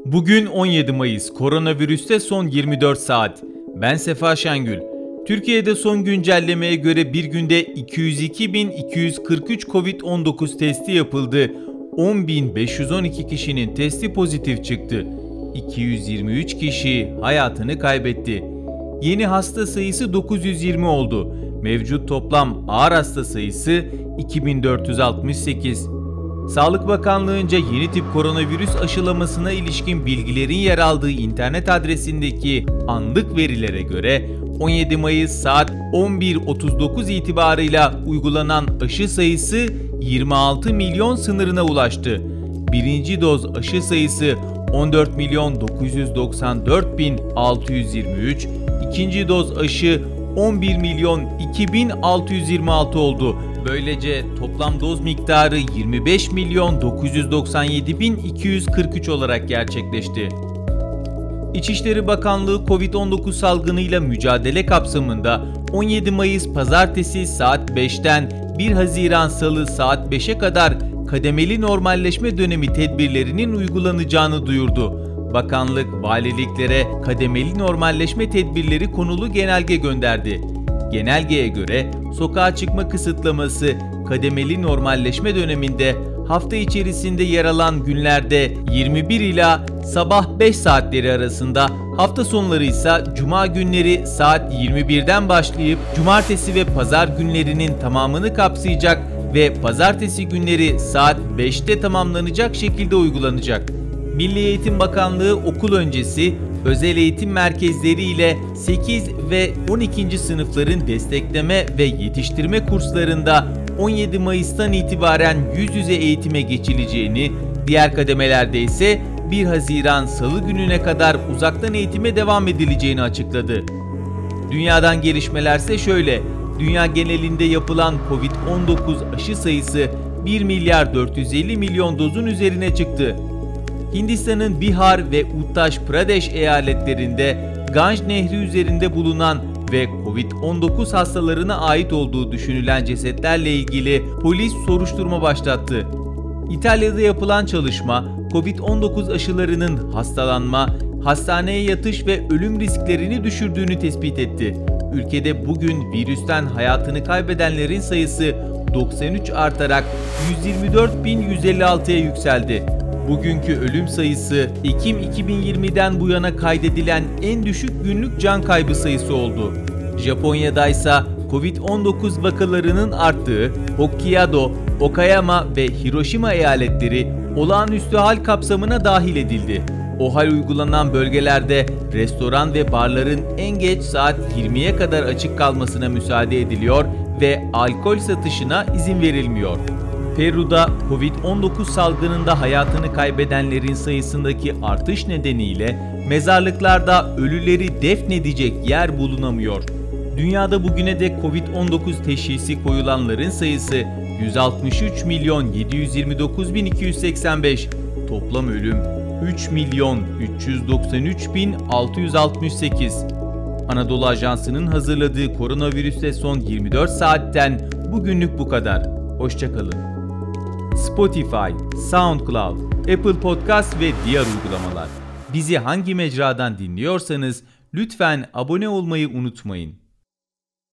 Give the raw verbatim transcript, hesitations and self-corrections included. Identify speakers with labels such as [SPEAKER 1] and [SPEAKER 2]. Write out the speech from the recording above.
[SPEAKER 1] Bugün on yedi Mayıs, koronavirüste son yirmi dört saat. Ben Sefa Şengül. Türkiye'de son güncellemeye göre bir günde iki yüz iki bin iki yüz kırk üç kovid on dokuz testi yapıldı. on bin beş yüz on iki kişinin testi pozitif çıktı. iki yüz yirmi üç kişi hayatını kaybetti. Yeni hasta sayısı dokuz yüz yirmi oldu. Mevcut toplam ağır hasta sayısı iki bin dört yüz altmış sekiz. Sağlık Bakanlığı'nca yeni tip koronavirüs aşılamasına ilişkin bilgilerin yer aldığı internet adresindeki anlık verilere göre on yedi Mayıs saat on bir otuz dokuz itibarıyla uygulanan aşı sayısı yirmi altı milyon sınırına ulaştı. Birinci doz aşı sayısı on dört milyon dokuz yüz doksan dört bin altı yüz yirmi üç, ikinci doz aşı on bir milyon iki bin altı yüz yirmi altı oldu. Böylece toplam doz miktarı yirmi beş milyon dokuz yüz doksan yedi bin iki yüz kırk üç olarak gerçekleşti. İçişleri Bakanlığı kovid on dokuz salgınıyla mücadele kapsamında on yedi Mayıs Pazartesi saat beşten bir Haziran Salı saat beşe kadar kademeli normalleşme dönemi tedbirlerinin uygulanacağını duyurdu. Bakanlık, valiliklere kademeli normalleşme tedbirleri konulu genelge gönderdi. Genelgeye göre sokağa çıkma kısıtlaması kademeli normalleşme döneminde hafta içerisinde yer alan günlerde yirmi bir ila sabah beş saatleri arasında, hafta sonları ise cuma günleri saat yirmi birden başlayıp cumartesi ve pazar günlerinin tamamını kapsayacak ve pazartesi günleri saat beşte tamamlanacak şekilde uygulanacak. Milli Eğitim Bakanlığı okul öncesi özel eğitim merkezleri ile sekiz ve on ikinci sınıfların destekleme ve yetiştirme kurslarında on yedi Mayıs'tan itibaren yüz yüze eğitime geçileceğini, diğer kademelerde ise bir Haziran Salı gününe kadar uzaktan eğitime devam edileceğini açıkladı. Dünyadan gelişmelerse şöyle: dünya genelinde yapılan kovid on dokuz aşı sayısı bir milyar dört yüz elli milyon dozun üzerine çıktı. Hindistan'ın Bihar ve Uttar Pradesh eyaletlerinde Ganj Nehri üzerinde bulunan ve kovid on dokuz hastalarına ait olduğu düşünülen cesetlerle ilgili polis soruşturma başlattı. İtalya'da yapılan çalışma, kovid on dokuz aşılarının hastalanma, hastaneye yatış ve ölüm risklerini düşürdüğünü tespit etti. Ülkede bugün virüsten hayatını kaybedenlerin sayısı doksan üç artarak yüz yirmi dört bin yüz elli altıya yükseldi. Bugünkü ölüm sayısı Ekim iki bin yirmiden bu yana kaydedilen en düşük günlük can kaybı sayısı oldu. Japonya'da ise kovid on dokuz vakalarının arttığı Hokkaido, Okayama ve Hiroşima eyaletleri olağanüstü hal kapsamına dahil edildi. O hal uygulanan bölgelerde restoran ve barların en geç saat yirmiye kadar açık kalmasına müsaade ediliyor ve alkol satışına izin verilmiyor. Peru'da kovid on dokuz salgınında hayatını kaybedenlerin sayısındaki artış nedeniyle mezarlıklarda ölüleri defnedecek yer bulunamıyor. Dünyada bugüne dek kovid on dokuz teşhisi koyulanların sayısı yüz altmış üç milyon yedi yüz yirmi dokuz bin iki yüz seksen beş, toplam ölüm üç milyon üç yüz doksan üç bin altı yüz altmış sekiz. Anadolu Ajansı'nın hazırladığı koronavirüste son yirmi dört saatten bugünlük bu kadar. Hoşça kalın. Spotify, SoundCloud, Apple Podcast ve diğer uygulamalar. Bizi hangi mecradan dinliyorsanız lütfen abone olmayı unutmayın.